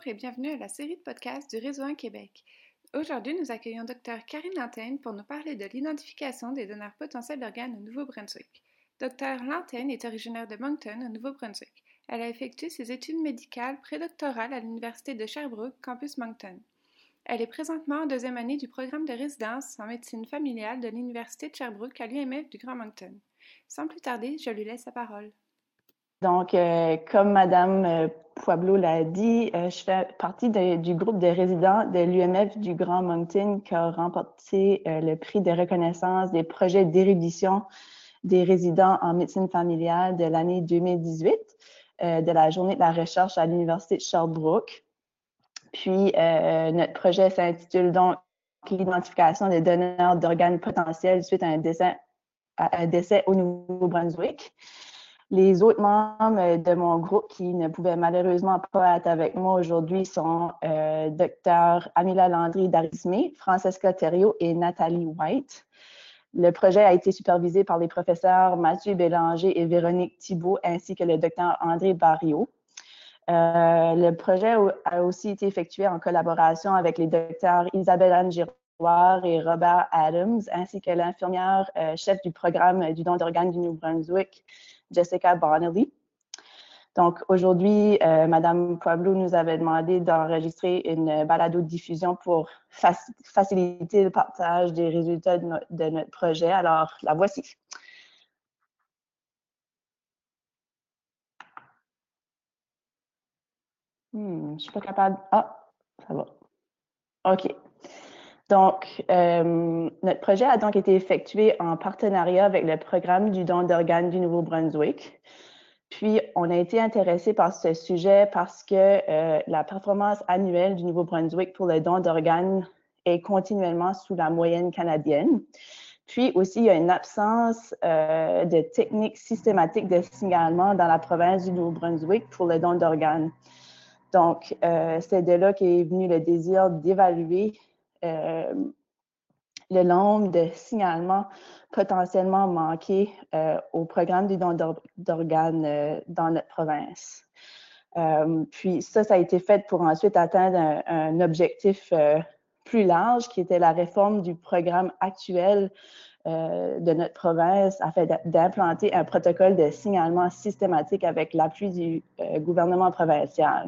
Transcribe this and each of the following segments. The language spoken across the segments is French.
et bienvenue à la série de podcasts du Réseau 1 Québec. Aujourd'hui, nous accueillons Dr Karine Lanteigne pour nous parler de l'identification des donneurs potentiels d'organes au Nouveau-Brunswick. Dr Lanteigne est originaire de Moncton, au Nouveau-Brunswick. Elle a effectué ses études médicales prédoctorales à l'Université de Sherbrooke, campus Moncton. Elle est présentement en deuxième année du programme de résidence en médecine familiale de l'Université de Sherbrooke à l'UMF du Grand Moncton. Sans plus tarder, je lui laisse la parole. Donc, comme Madame Pueblo l'a dit, je fais partie du groupe de résidents de l'UMF du Grand Moncton qui a remporté le prix de reconnaissance des projets d'érudition des résidents en médecine familiale de l'année 2018 de la Journée de la recherche à l'Université de Sherbrooke. Puis, notre projet s'intitule donc l'identification des donneurs d'organes potentiels suite à un décès au Nouveau-Brunswick. Les autres membres de mon groupe qui ne pouvaient malheureusement pas être avec moi aujourd'hui sont Dr Amila Landry-Darismé, Francesca Thériault et Nathalie White. Le projet a été supervisé par les professeurs Mathieu Bélanger et Véronique Thibault, ainsi que le Dr André Barriot. Le projet a aussi été effectué en collaboration avec les docteurs Isabelle-Anne Giroir et Robert Adams, ainsi que l'infirmière chef du programme du don d'organes du Nouveau-Brunswick, Jessica Bonnelly. Donc, aujourd'hui, Madame Pueblo nous avait demandé d'enregistrer une balado-diffusion pour faciliter le partage des résultats de notre projet. Alors, la voici. Je suis pas capable. Ah, ça va. OK. Donc, notre projet a donc été effectué en partenariat avec le programme du don d'organes du Nouveau-Brunswick. Puis, on a été intéressé par ce sujet parce que la performance annuelle du Nouveau-Brunswick pour le don d'organes est continuellement sous la moyenne canadienne. Puis aussi, il y a une absence de techniques systématiques de signalement dans la province du Nouveau-Brunswick pour le don d'organes. Donc, c'est de là qu'est venu le désir d'évaluer le nombre de signalements potentiellement manqués au programme du don d'organes dans notre province. Puis ça a été fait pour ensuite atteindre un objectif plus large qui était la réforme du programme actuel de notre province afin d'implanter un protocole de signalement systématique avec l'appui du gouvernement provincial.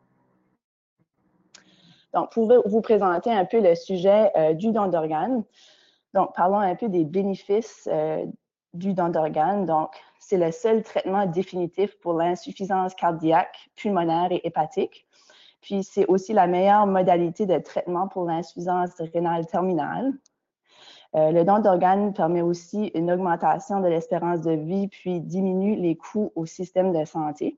Donc, pour vous présenter un peu le sujet du don d'organes, donc parlons un peu des bénéfices du don d'organes. Donc, c'est le seul traitement définitif pour l'insuffisance cardiaque, pulmonaire et hépatique. Puis, c'est aussi la meilleure modalité de traitement pour l'insuffisance rénale terminale. Le don d'organes permet aussi une augmentation de l'espérance de vie, puis diminue les coûts au système de santé.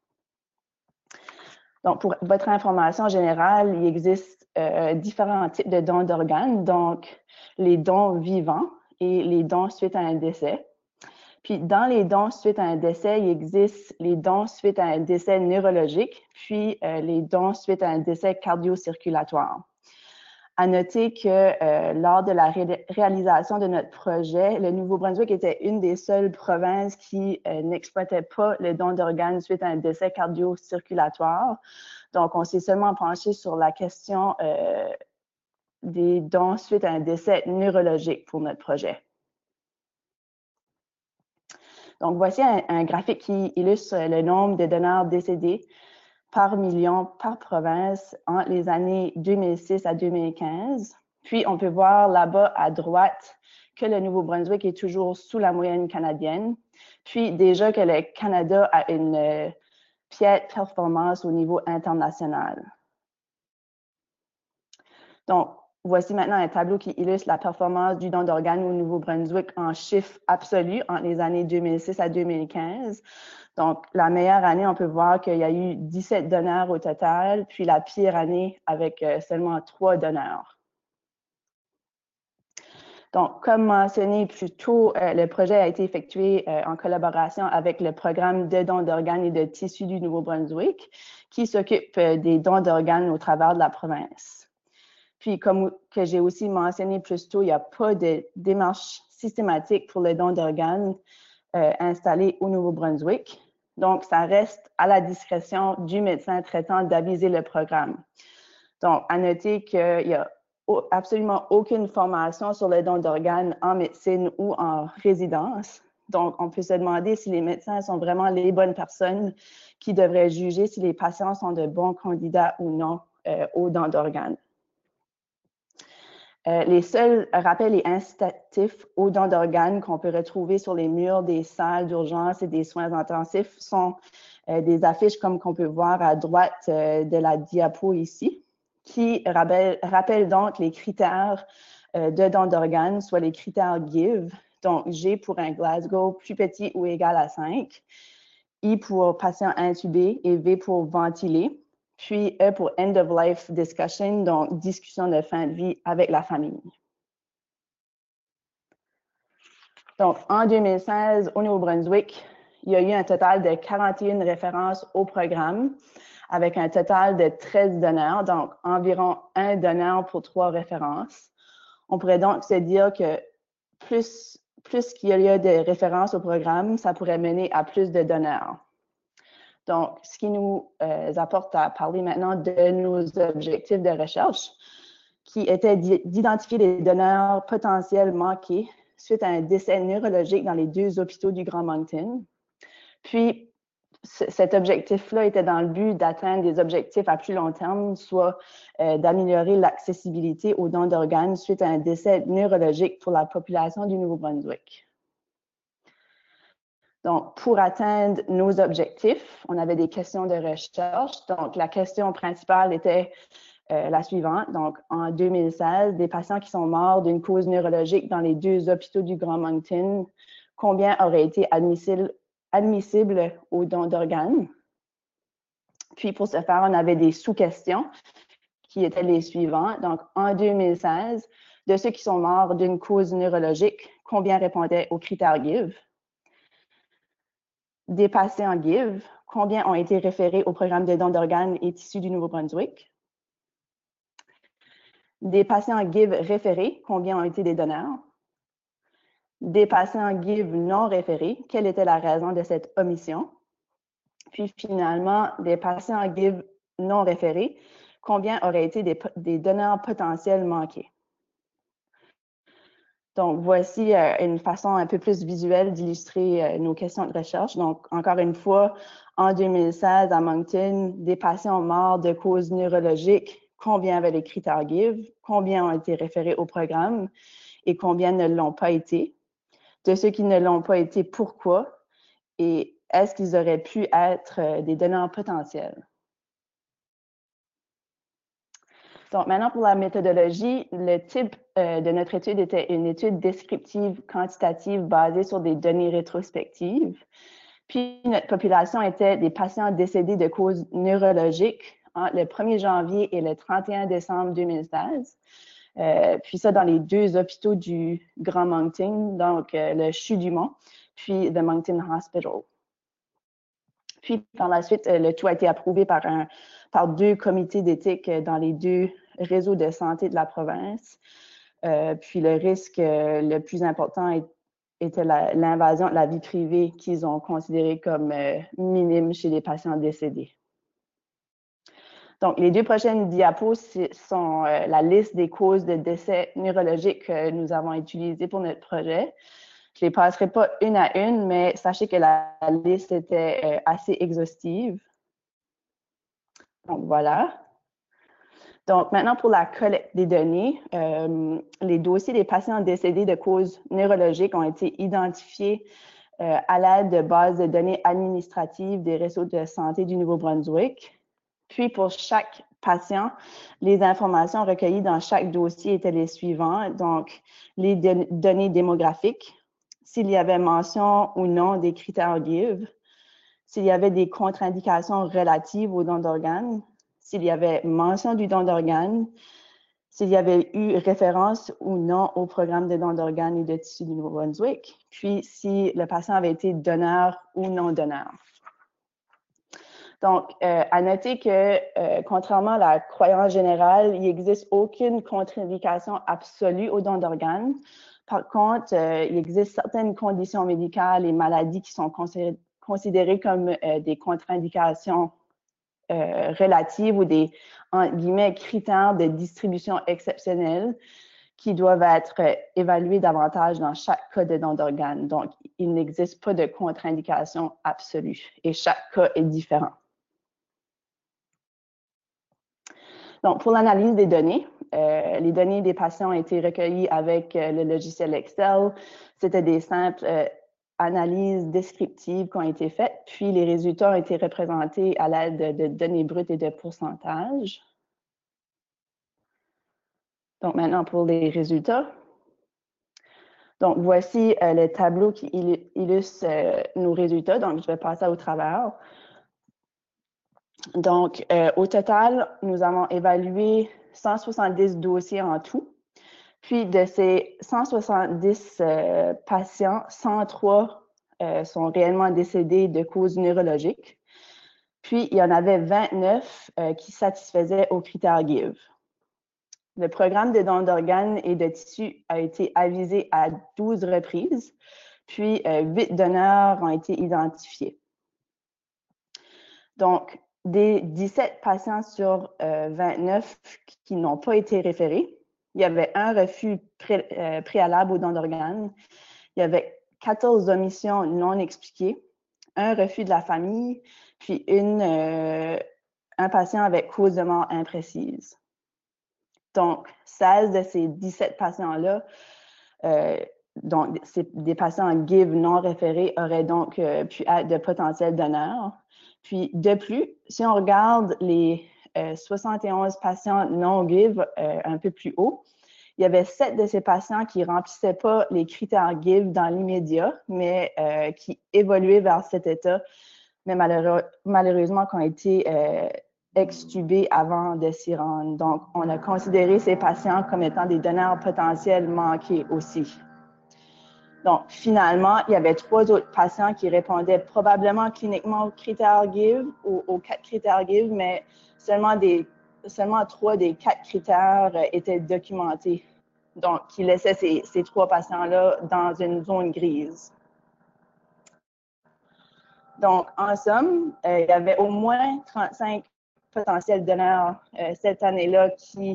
Donc, pour votre information générale, il existe différents types de dons d'organes, donc les dons vivants et les dons suite à un décès. Puis, dans les dons suite à un décès, il existe les dons suite à un décès neurologique, puis les dons suite à un décès cardio-circulatoire. À noter que lors de la réalisation de notre projet, le Nouveau-Brunswick était une des seules provinces qui n'exploitait pas le don d'organes suite à un décès cardio-circulatoire. Donc, on s'est seulement penché sur la question des dons suite à un décès neurologique pour notre projet. Donc, voici un graphique qui illustre le nombre de donneurs décédés par million par province entre les années 2006 à 2015. Puis, on peut voir là-bas à droite que le Nouveau-Brunswick est toujours sous la moyenne canadienne. Puis, déjà que le Canada a une piètre performance au niveau international. Donc, voici maintenant un tableau qui illustre la performance du don d'organes au Nouveau-Brunswick en chiffres absolus entre les années 2006 à 2015. Donc, la meilleure année, on peut voir qu'il y a eu 17 donneurs au total, puis la pire année avec seulement 3 donneurs. Donc, comme mentionné plus tôt, le projet a été effectué en collaboration avec le programme de dons d'organes et de tissus du Nouveau-Brunswick, qui s'occupe des dons d'organes au travers de la province. Puis, comme que j'ai aussi mentionné plus tôt, il n'y a pas de démarche systématique pour le don d'organes installé au Nouveau-Brunswick. Donc, ça reste à la discrétion du médecin traitant d'aviser le programme. Donc, à noter qu'il n'y a absolument aucune formation sur le don d'organes en médecine ou en résidence. Donc, on peut se demander si les médecins sont vraiment les bonnes personnes qui devraient juger si les patients sont de bons candidats ou non au don d'organes. Les seuls rappels et incitatifs aux dons d'organes qu'on peut retrouver sur les murs des salles d'urgence et des soins intensifs sont des affiches comme qu'on peut voir à droite de la diapo ici, qui rappellent donc les critères de dons d'organes, soit les critères GIVE, donc G pour un Glasgow plus petit ou égal à 5, I pour patient intubé et V pour ventilé, puis E pour End of Life Discussion, donc discussion de fin de vie avec la famille. Donc, en 2016, au Nouveau-Brunswick, il y a eu un total de 41 références au programme, avec un total de 13 donneurs, donc environ un donneur pour 3 références. On pourrait donc se dire que plus qu'il y a de références au programme, ça pourrait mener à plus de donneurs. Donc, ce qui nous apporte à parler maintenant de nos objectifs de recherche, qui étaient d'identifier les donneurs potentiels manqués suite à un décès neurologique dans les 2 hôpitaux du Grand Moncton. Puis, cet objectif-là était dans le but d'atteindre des objectifs à plus long terme, soit d'améliorer l'accessibilité aux dons d'organes suite à un décès neurologique pour la population du Nouveau-Brunswick. Donc, pour atteindre nos objectifs, on avait des questions de recherche. Donc, la question principale était la suivante. Donc, en 2016, des patients qui sont morts d'une cause neurologique dans les 2 hôpitaux du Grand Moncton, combien auraient été admissibles aux dons d'organes? Puis, pour ce faire, on avait des sous-questions qui étaient les suivants. Donc, en 2016, de ceux qui sont morts d'une cause neurologique, combien répondaient aux critères GIVE? Des patients GIVE, combien ont été référés au programme de dons d'organes et tissus du Nouveau-Brunswick? Des patients GIVE référés, combien ont été des donneurs? Des patients GIVE non référés, quelle était la raison de cette omission? Puis finalement, des patients GIVE non référés, combien auraient été des donneurs potentiels manqués? Donc, voici une façon un peu plus visuelle d'illustrer nos questions de recherche. Donc, encore une fois, en 2016, à Moncton, des patients morts de causes neurologiques, combien avaient les critères GIVE, combien ont été référés au programme et combien ne l'ont pas été. De ceux qui ne l'ont pas été, pourquoi? Et est-ce qu'ils auraient pu être des donneurs potentiels? Donc, maintenant, pour la méthodologie, le type de notre étude était une étude descriptive quantitative basée sur des données rétrospectives. Puis, notre population était des patients décédés de causes neurologiques entre le 1er janvier et le 31 décembre 2016. Puis ça, dans les 2 hôpitaux du Grand Moncton, donc le CHU du Mont, puis The Moncton Hospital. Puis, par la suite, le tout a été approuvé par 2 comités d'éthique dans les 2 réseaux de santé de la province. Puis, le risque le plus important était l'invasion de la vie privée qu'ils ont considéré comme minime chez les patients décédés. Donc, les 2 prochaines diapos sont la liste des causes de décès neurologiques que nous avons utilisées pour notre projet. Je ne les passerai pas une à une, mais sachez que la liste était assez exhaustive. Donc, voilà. Donc, maintenant, pour la collecte des données, les dossiers des patients décédés de causes neurologiques ont été identifiés à l'aide de bases de données administratives des réseaux de santé du Nouveau-Brunswick. Puis, pour chaque patient, les informations recueillies dans chaque dossier étaient les suivantes. Donc, les données démographiques, s'il y avait mention ou non des critères GIVE, s'il y avait des contre-indications relatives au don d'organes, s'il y avait mention du don d'organes, s'il y avait eu référence ou non au programme de don d'organes et de tissus du Nouveau-Brunswick, puis si le patient avait été donneur ou non donneur. Donc, à noter que, contrairement à la croyance générale, il n'existe aucune contre-indication absolue au don d'organes. Par contre, il existe certaines conditions médicales et maladies qui sont considérées comme des contre-indications relatives ou des, entre guillemets, critères de distribution exceptionnelle qui doivent être évalués davantage dans chaque cas de don d'organes. Donc, il n'existe pas de contre-indication absolue et chaque cas est différent. Donc, pour l'analyse des données, les données des patients ont été recueillies avec le logiciel Excel. C'était des simples analyses descriptives qui ont été faites, puis les résultats ont été représentés à l'aide de données brutes et de pourcentages. Donc, maintenant, pour les résultats. Donc, voici le tableau qui illustre nos résultats. Donc, je vais passer au travers. Donc, au total, nous avons évalué 170 dossiers en tout. Puis, de ces 170 patients, 103 sont réellement décédés de causes neurologiques. Puis, il y en avait 29 qui satisfaisaient aux critères GIVE. Le programme de don d'organes et de tissus a été avisé à 12 reprises, puis 8 donneurs ont été identifiés. Donc, des 17 patients sur 29 qui n'ont pas été référés, il y avait un refus préalable au don d'organes, il y avait 14 omissions non expliquées, un refus de la famille, puis un patient avec cause de mort imprécise. Donc, 16 de ces 17 patients-là, donc des patients GIVE non référés, auraient donc pu être de potentiels donneurs. Puis, de plus, si on regarde les 71 patients non GIVE un peu plus haut, il y avait 7 de ces patients qui ne remplissaient pas les critères GIVE dans l'immédiat, mais qui évoluaient vers cet état, mais malheureusement qui ont été extubés avant de s'y rendre. Donc, on a considéré ces patients comme étant des donneurs potentiels manqués aussi. Donc, finalement, il y avait 3 autres patients qui répondaient probablement cliniquement aux critères GIVE ou aux 4 critères GIVE, mais seulement 3 des 4 critères étaient documentés. Donc, qui laissait ces 3 patients-là dans une zone grise. Donc, en somme, il y avait au moins 35 potentiels donneurs cette année-là qui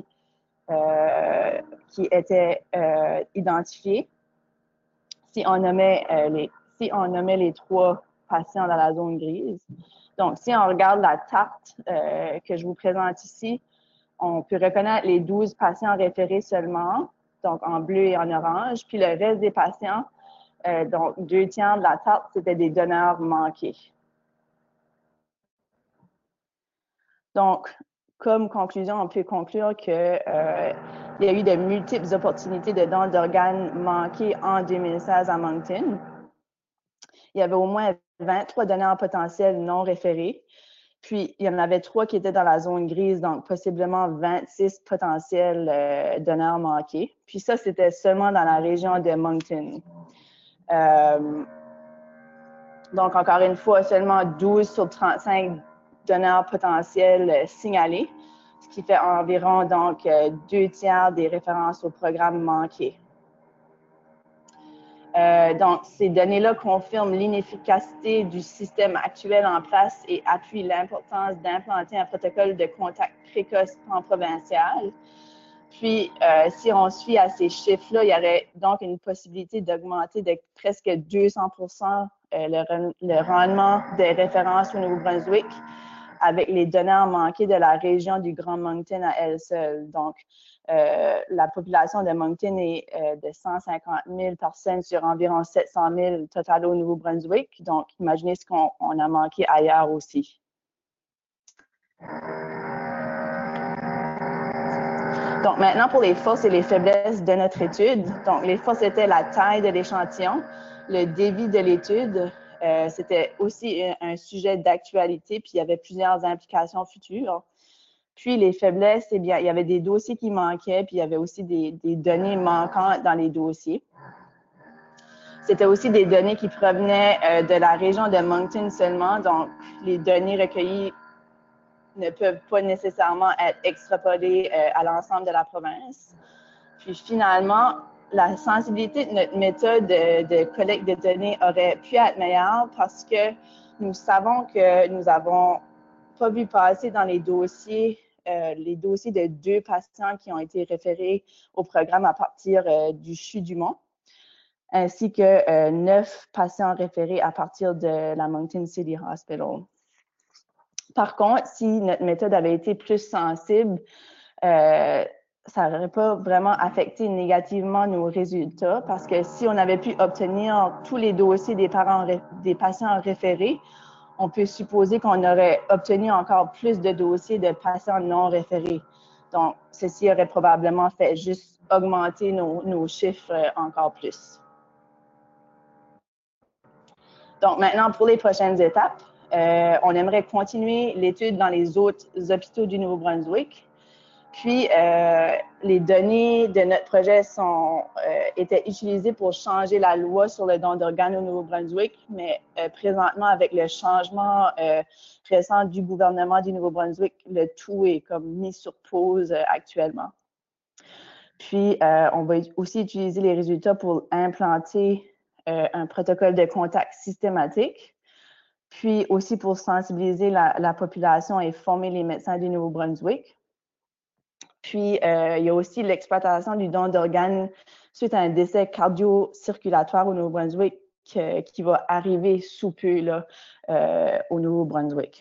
étaient identifiés. Si on nommait les 3 patients dans la zone grise. Donc, si on regarde la charte que je vous présente ici, on peut reconnaître les 12 patients référés seulement, donc en bleu et en orange, puis le reste des patients, donc 2 tiers de la charte, c'était des donneurs manqués. Donc, comme conclusion, on peut conclure qu'il y a eu de multiples opportunités de dons d'organes manqués en 2016 à Moncton. Il y avait au moins 23 donneurs potentiels non référés. Puis, il y en avait 3 qui étaient dans la zone grise, donc possiblement 26 potentiels donneurs manqués. Puis ça, c'était seulement dans la région de Moncton. Donc, encore une fois, seulement 12 sur 35 donneurs potentiels signalés, ce qui fait environ donc 2 tiers des références au programme manquées. Donc, ces données-là confirment l'inefficacité du système actuel en place et appuient l'importance d'implanter un protocole de contact précoce pan-provincial. Puis, si on se fie à ces chiffres-là, il y aurait donc une possibilité d'augmenter de presque 200% le rendement des références au Nouveau-Brunswick avec les donneurs manqués de la région du Grand Moncton à elle seule. Donc, la population de Moncton est de 150 000 personnes sur environ 700 000 total au Nouveau-Brunswick. Donc, imaginez ce qu'on a manqué ailleurs aussi. Donc, maintenant, pour les forces et les faiblesses de notre étude. Donc, les forces étaient la taille de l'échantillon, le débit de l'étude. C'était aussi un sujet d'actualité, puis il y avait plusieurs implications futures. Puis, les faiblesses, eh bien, il y avait des dossiers qui manquaient, puis il y avait aussi des données manquantes dans les dossiers. C'était aussi des données qui provenaient de la région de Moncton seulement, donc les données recueillies ne peuvent pas nécessairement être extrapolées à l'ensemble de la province. Puis finalement, la sensibilité de notre méthode de collecte de données aurait pu être meilleure parce que nous savons que nous avons pas vu passer dans les dossiers de 2 patients qui ont été référés au programme à partir du CHU du Mont, ainsi que 9 patients référés à partir de la Moncton City Hospital. Par contre, si notre méthode avait été plus sensible, ça n'aurait pas vraiment affecté négativement nos résultats parce que si on avait pu obtenir tous les dossiers des patients référés, on peut supposer qu'on aurait obtenu encore plus de dossiers de patients non référés. Donc, ceci aurait probablement fait juste augmenter nos chiffres encore plus. Donc, maintenant, pour les prochaines étapes, on aimerait continuer l'étude dans les autres hôpitaux du Nouveau-Brunswick. Puis, les données de notre projet étaient utilisées pour changer la loi sur le don d'organes au Nouveau-Brunswick, mais présentement, avec le changement récent du gouvernement du Nouveau-Brunswick, le tout est comme mis sur pause actuellement. Puis, on va aussi utiliser les résultats pour implanter un protocole de contact systématique, puis aussi pour sensibiliser la population et former les médecins du Nouveau-Brunswick. Puis, il y a aussi l'exploitation du don d'organes suite à un décès cardio-circulatoire au Nouveau-Brunswick qui va arriver sous peu là, au Nouveau-Brunswick.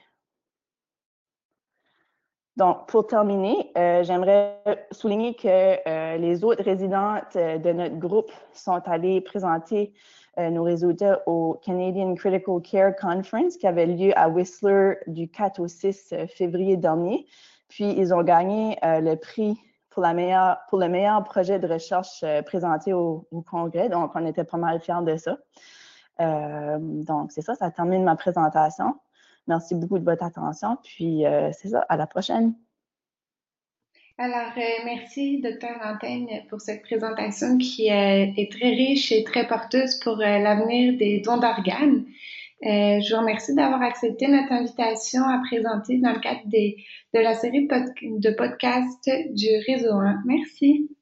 Donc, pour terminer, j'aimerais souligner que les autres résidentes de notre groupe sont allées présenter nos résultats au Canadian Critical Care Conference qui avait lieu à Whistler du 4 au 6 février dernier. Puis, ils ont gagné le prix pour le meilleur projet de recherche présenté au congrès. Donc, on était pas mal fiers de ça. Donc, c'est ça termine ma présentation. Merci beaucoup de votre attention. Puis, c'est ça, à la prochaine. Alors, merci, Dr. Lantaigne, pour cette présentation qui est très riche et très porteuse pour l'avenir des dons d'organes. Je vous remercie d'avoir accepté notre invitation à présenter dans le cadre de la série de podcasts du Réseau 1. Merci.